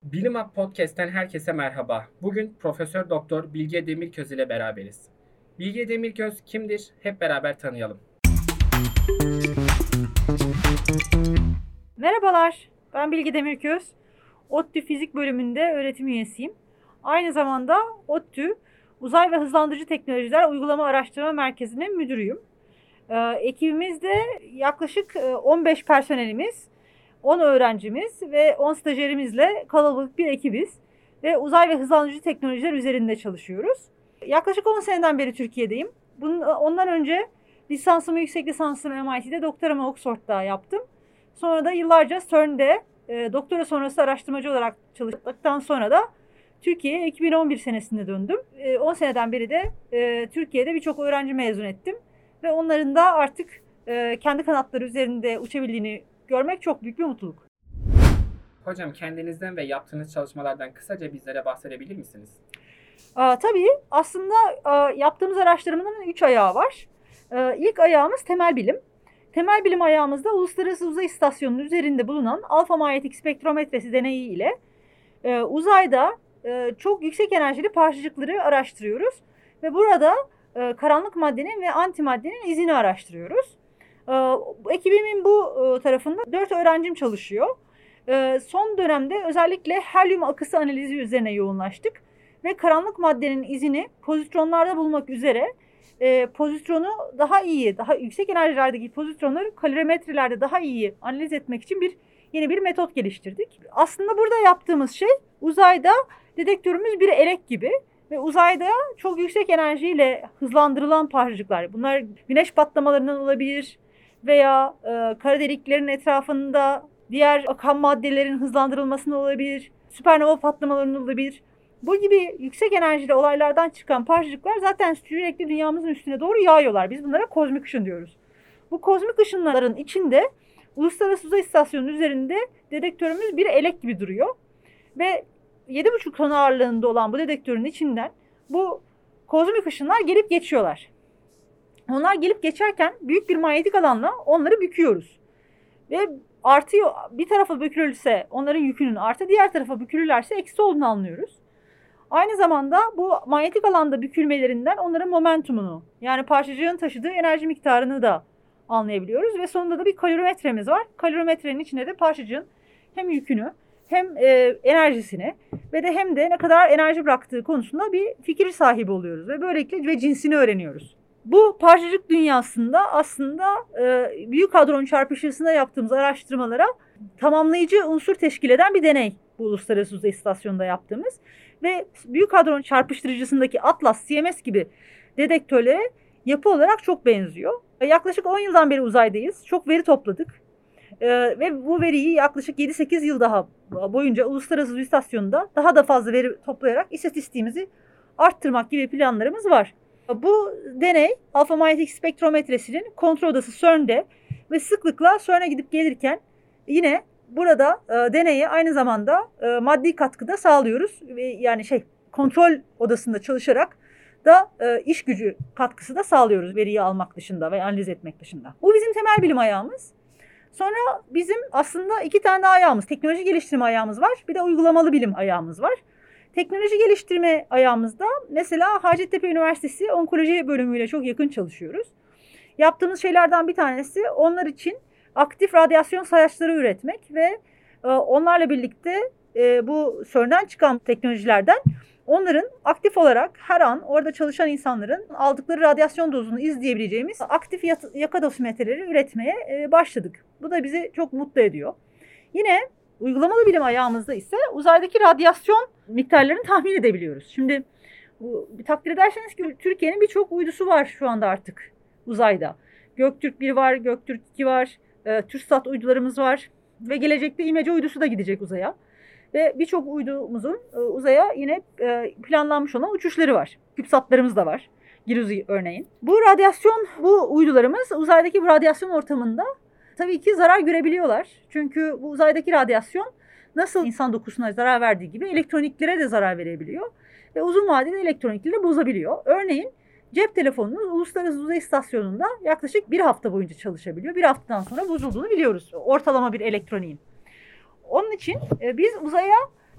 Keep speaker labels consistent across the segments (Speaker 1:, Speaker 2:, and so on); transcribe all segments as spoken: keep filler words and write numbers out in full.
Speaker 1: Bilim Podcast'ten herkese merhaba. Bugün Profesör Doktor Bilge Demirköz ile beraberiz. Bilge Demirköz kimdir? Hep beraber tanıyalım.
Speaker 2: Merhabalar, ben Bilge Demirköz. ODTÜ Fizik Bölümünde öğretim üyesiyim. Aynı zamanda ODTÜ Uzay ve Hızlandırıcı Teknolojiler Uygulama Araştırma Merkezi'nin müdürüyüm. Ee, ekibimizde yaklaşık on beş personelimiz, on öğrencimiz ve on stajyerimizle kalabalık bir ekibiz. Ve uzay ve hızlandırıcı teknolojiler üzerinde çalışıyoruz. Yaklaşık on seneden beri Türkiye'deyim. Bunun, ondan önce lisansımı, yüksek lisansımı M I T'de, doktoramı Oxford'da yaptım. Sonra da yıllarca CERN'de e, doktora sonrası araştırmacı olarak çalıştıktan sonra da Türkiye'ye iki bin on bir senesinde döndüm. E, on seneden beri de e, Türkiye'de birçok öğrenci mezun ettim. Ve onların da artık e, kendi kanatları üzerinde uçabildiğini görmek çok büyük bir mutluluk.
Speaker 1: Hocam kendinizden ve yaptığınız çalışmalardan kısaca bizlere bahsedebilir misiniz?
Speaker 2: Aa, tabii aslında a, yaptığımız araştırmanın üç ayağı var. E, ilk ayağımız temel bilim. Temel bilim ayağımızda Uluslararası Uzay İstasyonu'nun üzerinde bulunan alfa manyetik spektrometresi deneyi ile e, uzayda e, çok yüksek enerjili parçacıkları araştırıyoruz. Ve burada e, karanlık maddenin ve antimaddenin izini araştırıyoruz. E, ekibimin bu e, tarafında dört öğrencim çalışıyor. E, son dönemde özellikle helyum akısı analizi üzerine yoğunlaştık. Ve karanlık maddenin izini pozitronlarda bulmak üzere e, pozitronu daha iyi, daha yüksek enerjilerdeki pozitronları kalorimetrilerde daha iyi analiz etmek için bir yeni bir metot geliştirdik. Aslında burada yaptığımız şey uzayda dedektörümüz bir elek gibi ve uzayda çok yüksek enerjiyle hızlandırılan parçacıklar. Bunlar güneş patlamalarından olabilir veya e, kara deliklerin etrafında diğer akan maddelerin hızlandırılmasına olabilir, süpernova patlamalarının olabilir. Bu gibi yüksek enerjili olaylardan çıkan parçacıklar zaten sürekli dünyamızın üstüne doğru yağıyorlar. Biz bunlara kozmik ışın diyoruz. Bu kozmik ışınların içinde Uluslararası Uzay İstasyonu'nun üzerinde dedektörümüz bir elek gibi duruyor. Ve yedi buçuk ton ağırlığında olan bu dedektörün içinden bu kozmik ışınlar gelip geçiyorlar. Onlar gelip geçerken büyük bir manyetik alanla onları büküyoruz. Ve artıyor, bir tarafa bükülürse onların yükünün artı, diğer tarafa bükülürlerse eksi olduğunu anlıyoruz. Aynı zamanda bu manyetik alanda bükülmelerinden onların momentumunu, yani parçacığın taşıdığı enerji miktarını da anlayabiliyoruz. Ve sonunda da bir kalorimetremiz var. Kalorimetrenin içinde de parçacığın hem yükünü hem e, enerjisini ve de hem de ne kadar enerji bıraktığı konusunda bir fikir sahibi oluyoruz. Ve böylelikle ve cinsini öğreniyoruz. Bu parçacık dünyasında aslında e, büyük hadron çarpışmasında yaptığımız araştırmalara tamamlayıcı unsur teşkil eden bir deney. Bu Uluslararası Uzay İstasyonu'nda yaptığımız. Ve büyük hadron çarpıştırıcısındaki Atlas, C M S gibi dedektörlere yapı olarak çok benziyor. Yaklaşık on yıldan beri uzaydayız. Çok veri topladık. Ee, ve bu veriyi yaklaşık yedi sekiz yıl daha boyunca Uluslararası Uzay İstasyonu'nda daha da fazla veri toplayarak istatistiğimizi arttırmak gibi planlarımız var. Bu deney alfa manyetik spektrometresinin kontrol odası CERN'de ve sıklıkla CERN'e gidip gelirken yine burada e, deneye aynı zamanda e, maddi katkıda sağlıyoruz. E, yani şey kontrol odasında çalışarak da e, iş gücü katkısı da sağlıyoruz veriyi almak dışında ve analiz etmek dışında. Bu bizim temel bilim ayağımız. Sonra bizim aslında iki tane daha ayağımız, teknoloji geliştirme ayağımız var. Bir de uygulamalı bilim ayağımız var. Teknoloji geliştirme ayağımızda mesela Hacettepe Üniversitesi Onkoloji bölümüyle çok yakın çalışıyoruz. Yaptığımız şeylerden bir tanesi onlar için aktif radyasyon sayaçları üretmek ve onlarla birlikte bu CERN'den çıkan teknolojilerden onların aktif olarak her an orada çalışan insanların aldıkları radyasyon dozunu izleyebileceğimiz aktif yaka dosimetreleri üretmeye başladık. Bu da bizi çok mutlu ediyor. Yine uygulamalı bilim ayağımızda ise uzaydaki radyasyon miktarlarını tahmin edebiliyoruz. Şimdi bu, takdir ederseniz ki Türkiye'nin birçok uydusu var şu anda artık uzayda. Göktürk bir var, Göktürk iki var, e, TürkSat uydularımız var ve gelecekte İMECE uydusu da gidecek uzaya. Ve birçok uydumuzun e, uzaya yine e, planlanmış olan uçuşları var. CubeSat'larımız da var. Giruzi örneğin. Bu radyasyon, bu uydularımız uzaydaki bu radyasyon ortamında tabii ki zarar görebiliyorlar. Çünkü bu uzaydaki radyasyon nasıl insan dokusuna zarar verdiği gibi elektroniklere de zarar verebiliyor. Ve uzun vadede elektronikleri bozabiliyor. Örneğin cep telefonunuz Uluslararası Uzay İstasyonu'nda yaklaşık bir hafta boyunca çalışabiliyor. Bir haftadan sonra bozulduğunu biliyoruz. Ortalama bir elektroniğin. Onun için biz uzaya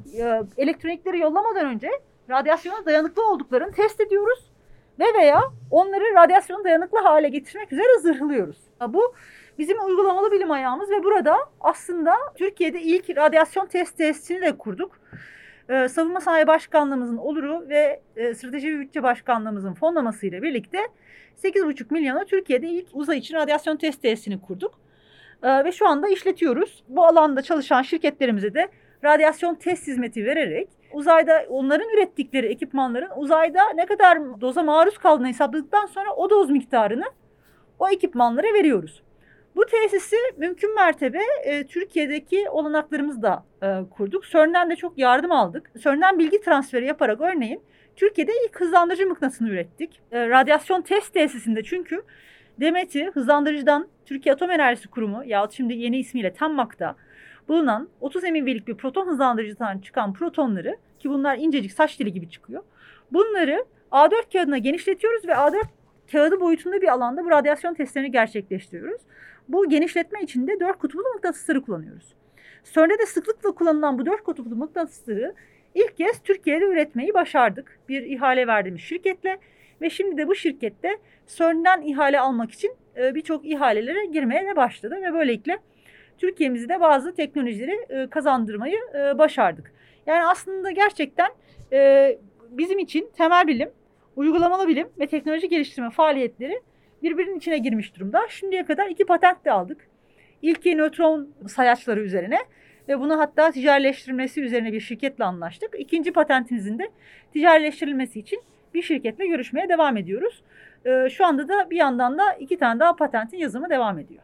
Speaker 2: e, elektronikleri yollamadan önce radyasyona dayanıklı olduklarını test ediyoruz ve veya onları radyasyona dayanıklı hale getirmek üzere zırhlıyoruz. Bu bizim uygulamalı bilim ayağımız ve burada aslında Türkiye'de ilk radyasyon test tesisini de kurduk. Ee, Savunma Sanayi Başkanlığımızın oluru ve e, Strateji ve Bütçe Başkanlığımızın fonlamasıyla birlikte sekiz buçuk milyona Türkiye'de ilk uzay için radyasyon test tesisini kurduk. Ee, ve şu anda işletiyoruz. Bu alanda çalışan şirketlerimize de radyasyon test hizmeti vererek uzayda onların ürettikleri ekipmanların uzayda ne kadar doza maruz kaldığını hesapladıktan sonra o doz miktarını o ekipmanlara veriyoruz. Bu tesisi mümkün mertebe e, Türkiye'deki olanaklarımızda e, kurduk. CERN'den de çok yardım aldık. CERN'den bilgi transferi yaparak örneğin Türkiye'de ilk hızlandırıcı mıknatısını ürettik. E, radyasyon test tesisinde çünkü Demet'i hızlandırıcıdan Türkiye Atom Enerjisi Kurumu yahut şimdi yeni ismiyle TEMMAK'ta bulunan otuz emivlilik bir proton hızlandırıcıdan çıkan protonları, ki bunlar incecik saç dili gibi çıkıyor, bunları A dört kağıdına genişletiyoruz ve A dört kağıdı boyutunda bir alanda bu radyasyon testlerini gerçekleştiriyoruz. Bu genişletme için de dört kutuplu mıknatısları kullanıyoruz. CERN'de de sıklıkla kullanılan bu dört kutuplu mıknatısları ilk kez Türkiye'de üretmeyi başardık. Bir ihale verdiğimiz şirketle ve şimdi de bu şirkette CERN'den ihale almak için birçok ihalelere girmeye de başladı ve böylelikle Türkiye'mizi de bazı teknolojileri kazandırmayı başardık. Yani aslında gerçekten bizim için temel bilim, uygulamalı bilim ve teknoloji geliştirme faaliyetleri birbirinin içine girmiş durumda. Şimdiye kadar iki patent de aldık. İlki nötron sayaçları üzerine ve bunu hatta ticarileştirilmesi üzerine bir şirketle anlaştık. İkinci patentimizin de ticarileştirilmesi için bir şirketle görüşmeye devam ediyoruz. Şu anda da bir yandan da iki tane daha patentin yazımı devam ediyor.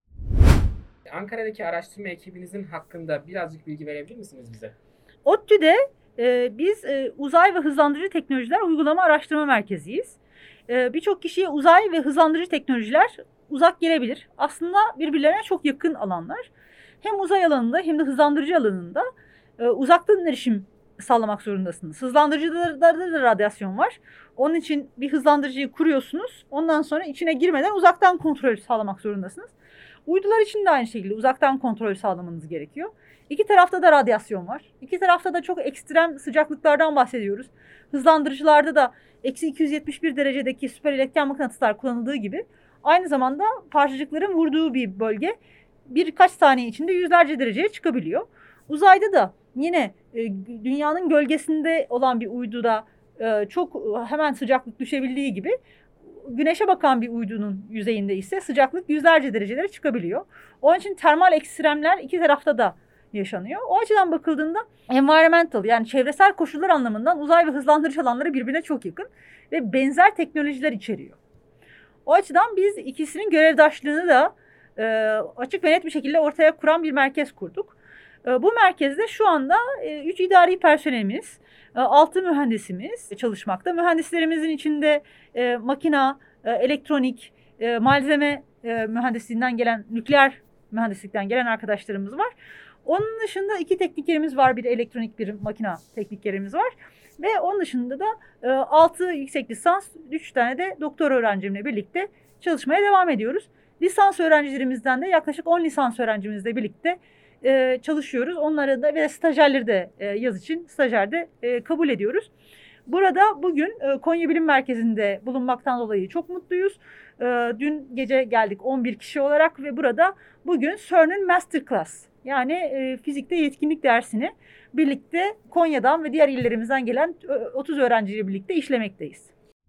Speaker 1: Ankara'daki araştırma ekibinizin hakkında birazcık bilgi verebilir misiniz bize?
Speaker 2: ODTÜ'de e, biz e, uzay ve hızlandırıcı teknolojiler uygulama araştırma merkeziyiz. E, Birçok kişiye uzay ve hızlandırıcı teknolojiler uzak gelebilir. Aslında birbirlerine çok yakın alanlar. Hem uzay alanında hem de hızlandırıcı alanında e, uzaktan erişim sağlamak zorundasınız. Hızlandırıcılarda da radyasyon var. Onun için bir hızlandırıcıyı kuruyorsunuz. Ondan sonra içine girmeden uzaktan kontrol sağlamak zorundasınız. Uydular için de aynı şekilde uzaktan kontrol sağlamanız gerekiyor. İki tarafta da radyasyon var. İki tarafta da çok ekstrem sıcaklıklardan bahsediyoruz. Hızlandırıcılarda da eksi iki yüz yetmiş bir derecedeki süper iletken mıknatıslar kullanıldığı gibi aynı zamanda parçacıkların vurduğu bir bölge birkaç saniye içinde yüzlerce dereceye çıkabiliyor. Uzayda da yine e, dünyanın gölgesinde olan bir uyduda e, çok hemen sıcaklık düşebildiği gibi güneşe bakan bir uydunun yüzeyinde ise sıcaklık yüzlerce derecelere çıkabiliyor. Onun için termal ekstremler iki tarafta da yaşanıyor. O açıdan bakıldığında environmental yani çevresel koşullar anlamından uzay ve hızlandırıcı alanları birbirine çok yakın ve benzer teknolojiler içeriyor. O açıdan biz ikisinin görevdaşlığını da e, açık ve net bir şekilde ortaya kuran bir merkez kurduk. E, bu merkezde şu anda üç e, idari personelimiz, e, altı mühendisimiz çalışmakta. Mühendislerimizin içinde e, makina, e, elektronik, e, malzeme e, mühendisliğinden gelen, nükleer mühendislikten gelen arkadaşlarımız var. Onun dışında iki teknikerimiz var. Bir elektronik, bir makina teknikerimiz var. Ve onun dışında da e, altı yüksek lisans, üç tane de doktor öğrencimle birlikte çalışmaya devam ediyoruz. Lisans öğrencilerimizden de yaklaşık on lisans öğrencimizle birlikte e, çalışıyoruz. Onları da ve stajyerleri de e, yaz için stajyerde e, kabul ediyoruz. Burada bugün e, Konya Bilim Merkezi'nde bulunmaktan dolayı çok mutluyuz. E, dün gece geldik on bir kişi olarak ve burada bugün CERN'ün Masterclass yani e, fizikte yetkinlik dersini birlikte Konya'dan ve diğer illerimizden gelen otuz öğrenciyle birlikte işlemekteyiz.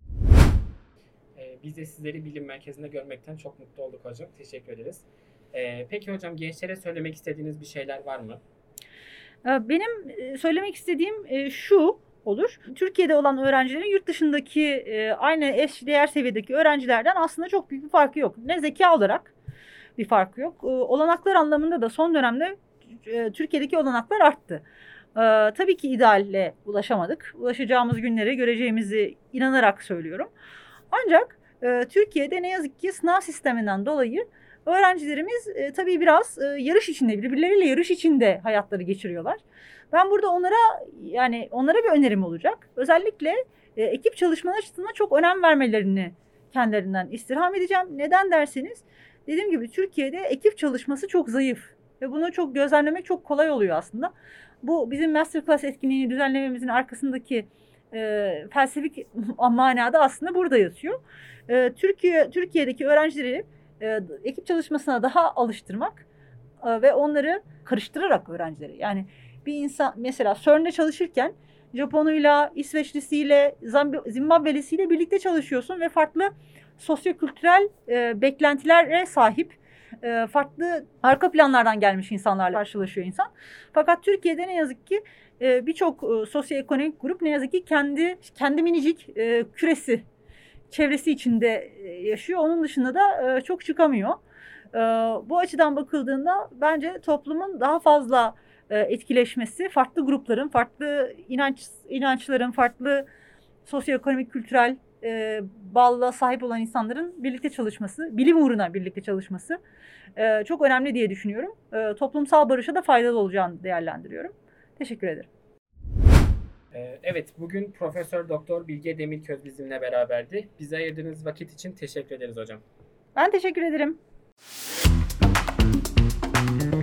Speaker 1: Ee, biz de sizleri bilim merkezinde görmekten çok mutlu olduk hocam. Teşekkür ederiz. Ee, peki hocam gençlere söylemek istediğiniz bir şeyler var mı?
Speaker 2: Benim söylemek istediğim şu olur. Türkiye'de olan öğrencilerin yurt dışındaki aynı eşdeğer seviyedeki öğrencilerden aslında çok büyük bir farkı yok. Ne zeka olarak bir farkı yok. Olanaklar anlamında da son dönemde Türkiye'deki olanaklar arttı. Tabii ki idealle ulaşamadık. Ulaşacağımız günleri göreceğimizi inanarak söylüyorum. Ancak Türkiye'de ne yazık ki sınav sisteminden dolayı öğrencilerimiz e, tabii biraz e, yarış içinde, birbirleriyle yarış içinde hayatları geçiriyorlar. Ben burada onlara yani onlara bir önerim olacak. Özellikle e, ekip çalışmaları açısından çok önem vermelerini kendilerinden istirham edeceğim. Neden derseniz, dediğim gibi Türkiye'de ekip çalışması çok zayıf ve bunu çok gözlemlemek çok kolay oluyor aslında. Bu bizim masterclass etkinliğini düzenlememizin arkasındaki e, felsefik manada aslında burada yatıyor. E, Türkiye Türkiye'deki öğrencileri e, ekip çalışmasına daha alıştırmak e, ve onları karıştırarak öğrencileri. Yani bir insan mesela CERN'de çalışırken Japonuyla, İsveçlisiyle, Zambi- Zimbabvelisiyle birlikte çalışıyorsun ve farklı sosyokültürel e, beklentilere sahip, e, farklı arka planlardan gelmiş insanlarla karşılaşıyor insan. Fakat Türkiye'de ne yazık ki e, birçok e, sosyoekonomik grup ne yazık ki kendi kendi minicik e, küresi, çevresi içinde e, yaşıyor. Onun dışında da e, çok çıkamıyor. E, bu açıdan bakıldığında bence toplumun daha fazla e, etkileşmesi, farklı grupların, farklı inanç inançların, farklı sosyoekonomik, kültürel e, bağlılığa sahip olan insanların birlikte çalışması, bilim uğruna birlikte çalışması e, çok önemli diye düşünüyorum. E, toplumsal barışa da faydalı olacağını değerlendiriyorum. Teşekkür ederim.
Speaker 1: Ee, Evet, bugün Profesör Doktor Bilge Demirköz bizimle beraberdi. Bize ayırdığınız vakit için teşekkür ederiz hocam.
Speaker 2: Ben teşekkür ederim.